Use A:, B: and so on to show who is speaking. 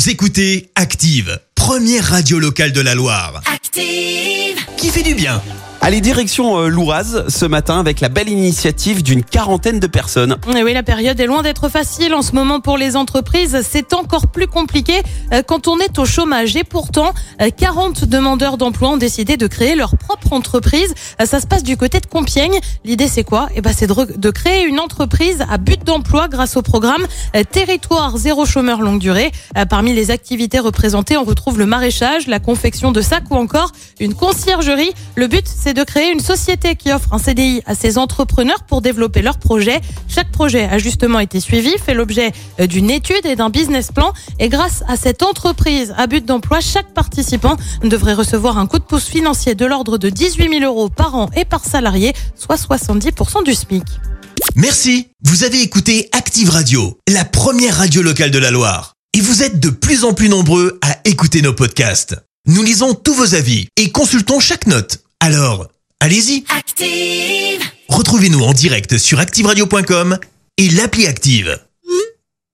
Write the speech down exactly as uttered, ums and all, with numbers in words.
A: Vous écoutez Active, première radio locale de la Loire.
B: Active,
A: Qui fait du bien.
C: Allez, direction euh, l'Ouraz ce matin avec la belle initiative d'une quarantaine de personnes.
D: Et oui, la période est loin d'être facile en ce moment pour les entreprises. C'est encore plus compliqué euh, quand on est au chômage. Et pourtant, euh, quarante demandeurs d'emploi ont décidé de créer leur propre entreprise. Euh, ça se passe du côté de Compiègne. L'idée, c'est quoi ? Eh ben, c'est de, re- de créer une entreprise à but d'emploi grâce au programme euh, Territoire Zéro Chômeur Longue Durée. Euh, parmi les activités représentées, on retrouve le maraîchage, la confection de sacs ou encore une conciergerie. Le but, c'est de créer une société qui offre un C D I à ces entrepreneurs pour développer leurs projets. Chaque projet a justement été suivi, fait l'objet d'une étude et d'un business plan. Et grâce à cette entreprise à but d'emploi, chaque participant devrait recevoir un coup de pouce financier de l'ordre de dix-huit mille euros par an et par salarié, soit soixante-dix pour cent du SMIC.
A: Merci. Vous avez écouté Active Radio, la première radio locale de la Loire. Et vous êtes de plus en plus nombreux à écouter nos podcasts. Nous lisons tous vos avis et consultons chaque note. Alors, allez-y.
B: active.
A: Retrouvez-nous en direct sur active radio point com et l'appli Active.